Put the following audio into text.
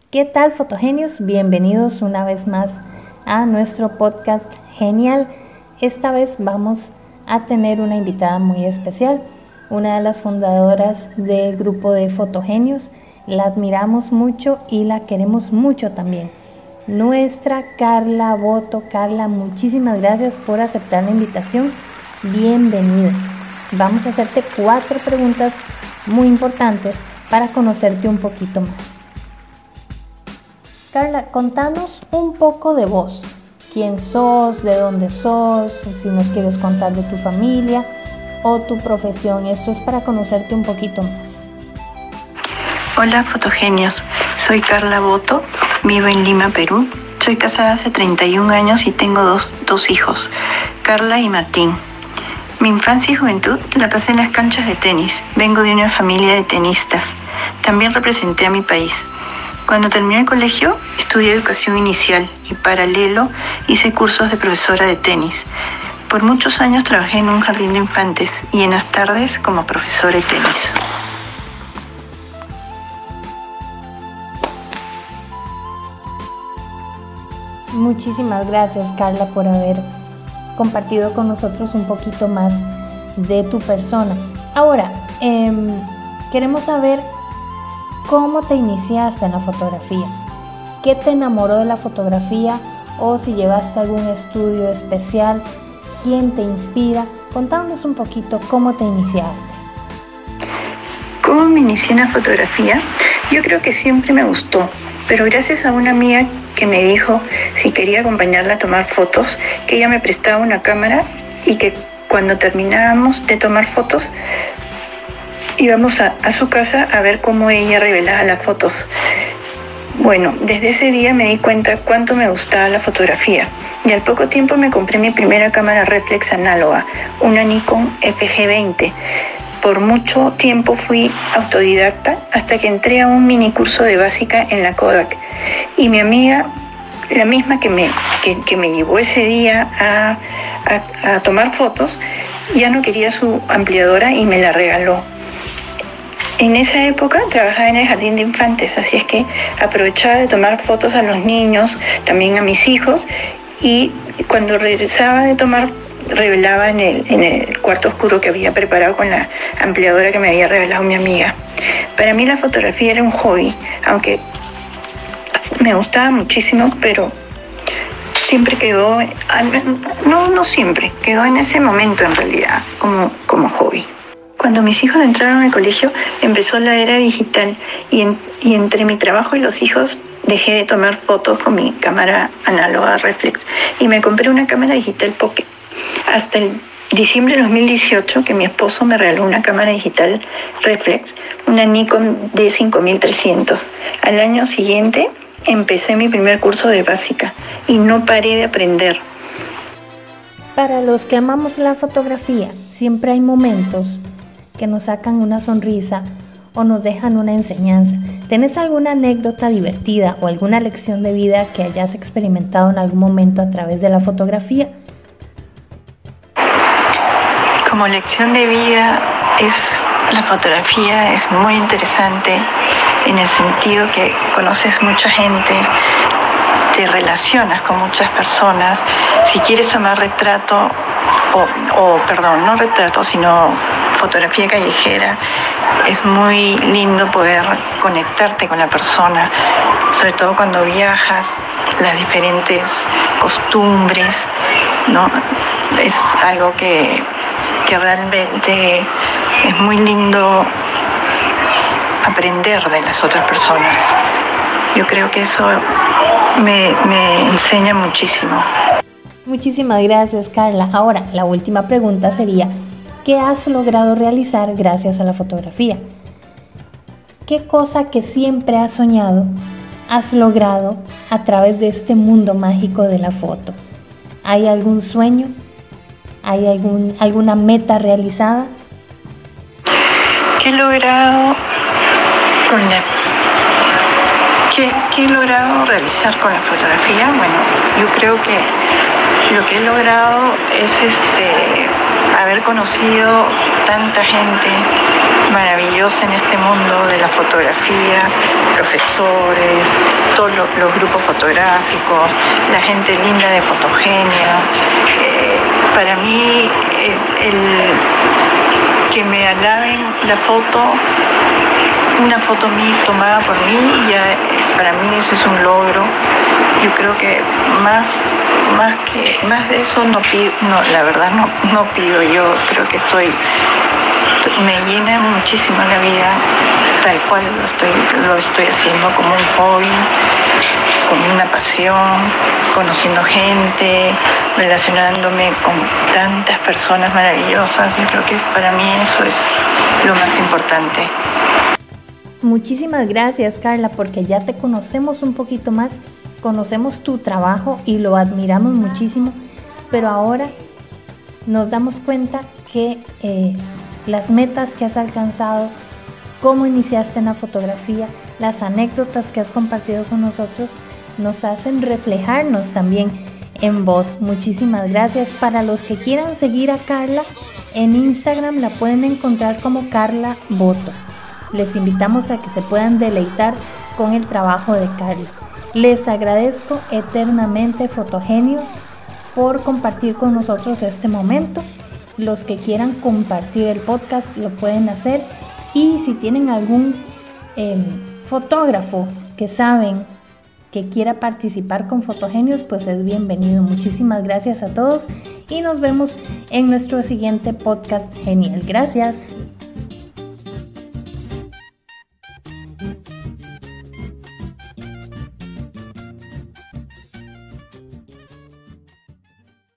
¿Qué tal, fotogenios? Bienvenidos una vez más a nuestro podcast genial. Esta vez vamos a tener una invitada muy especial, una de las fundadoras del grupo de Fotogenios. La admiramos mucho y la queremos mucho también. Nuestra Carla Boto. Carla, muchísimas gracias por aceptar la invitación. Bienvenida. Vamos a hacerte 4 preguntas muy importantes para conocerte un poquito más. Carla, contanos un poco de vos. ¿Quién sos? ¿De dónde sos? Si nos quieres contar de tu familia o tu profesión. Esto es para conocerte un poquito más. Hola, fotogenios. Soy Carla Boto, vivo en Lima, Perú. Soy casada hace 31 años y tengo dos hijos, Carla y Martín. Mi infancia y juventud la pasé en las canchas de tenis. Vengo de una familia de tenistas. También representé a mi país. Cuando terminé el colegio, estudié educación inicial y paralelo hice cursos de profesora de tenis. Por muchos años trabajé en un jardín de infantes y en las tardes como profesora de tenis. Muchísimas gracias, Carla, por haber compartido con nosotros un poquito más de tu persona. Ahora, queremos saber cómo te iniciaste en la fotografía. ¿Qué te enamoró de la fotografía? O si llevaste algún estudio especial, ¿quién te inspira? Contanos un poquito cómo te iniciaste. ¿Cómo me inicié en la fotografía? Yo creo que siempre me gustó, pero gracias a una amiga que me dijo si quería acompañarla a tomar fotos, que ella me prestaba una cámara y que cuando terminábamos de tomar fotos íbamos a su casa a ver cómo ella revelaba las fotos. Bueno, desde ese día me di cuenta cuánto me gustaba la fotografía y al poco tiempo me compré mi primera cámara reflex análoga, una Nikon FG20. Por mucho tiempo fui autodidacta hasta que entré a un mini curso de básica en la Kodak. Y mi amiga, la misma que me llevó ese día a tomar fotos, ya no quería su ampliadora y me la regaló. En esa época trabajaba en el jardín de infantes, así es que aprovechaba de tomar fotos a los niños, también a mis hijos, y cuando regresaba de tomar revelaba en el cuarto oscuro que había preparado con la ampliadora que me había regalado mi amiga. Para mí la fotografía era un hobby, aunque me gustaba muchísimo, pero siempre quedó, no siempre, quedó en ese momento en realidad como hobby. Cuando mis hijos entraron al colegio empezó la era digital y entre mi trabajo y los hijos dejé de tomar fotos con mi cámara análoga reflex y me compré una cámara digital Pocket. Hasta el diciembre de 2018 que mi esposo me regaló una cámara digital reflex, una Nikon D5300. Al año siguiente empecé mi primer curso de básica y no paré de aprender. Para los que amamos la fotografía, siempre hay momentos que nos sacan una sonrisa o nos dejan una enseñanza. ¿Tenés alguna anécdota divertida o alguna lección de vida que hayas experimentado en algún momento a través de la fotografía? Como lección de vida, la fotografía es muy interesante en el sentido que conoces mucha gente, te relacionas con muchas personas. Si quieres tomar retrato, no retrato, sino fotografía callejera, es muy lindo poder conectarte con la persona, sobre todo cuando viajas, las diferentes costumbres, ¿no? Es algo que realmente es muy lindo aprender de las otras personas. Yo creo que eso me enseña muchísimo. Muchísimas gracias, Carla. Ahora, la última pregunta sería, ¿qué has logrado realizar gracias a la fotografía? ¿Qué cosa que siempre has soñado has logrado a través de este mundo mágico de la foto? ¿Hay algún sueño? ¿Hay alguna meta realizada? ¿Qué he logrado ¿Qué he logrado realizar con la fotografía? Bueno, yo creo que lo que he logrado es haber conocido tanta gente maravillosa en este mundo de la fotografía, profesores, todos los grupos fotográficos, la gente linda de Fotogenia. Para mí, el que me alaben la foto, una foto tomada por mí, ya para mí eso es un logro. Yo creo que más de eso no pido, la verdad no pido. Yo creo que me llena muchísimo la vida, tal cual lo estoy haciendo, como un hobby, como una pasión, conociendo gente, relacionándome con tantas personas maravillosas. Yo creo que para mí eso es lo más importante. Muchísimas gracias, Carla, porque ya te conocemos un poquito más, conocemos tu trabajo y lo admiramos muchísimo, pero ahora nos damos cuenta que las metas que has alcanzado, cómo iniciaste en la fotografía, las anécdotas que has compartido con nosotros, nos hacen reflejarnos también en vos. Muchísimas gracias. Para los que quieran seguir a Carla, en Instagram la pueden encontrar como Carla Boto. Les invitamos a que se puedan deleitar con el trabajo de Carla. Les agradezco eternamente, fotogenios, por compartir con nosotros este momento. Los que quieran compartir el podcast lo pueden hacer, y si tienen algún fotógrafo que saben que quiera participar con Fotogenios, pues es bienvenido. Muchísimas gracias a todos y nos vemos en nuestro siguiente podcast genial. Gracias.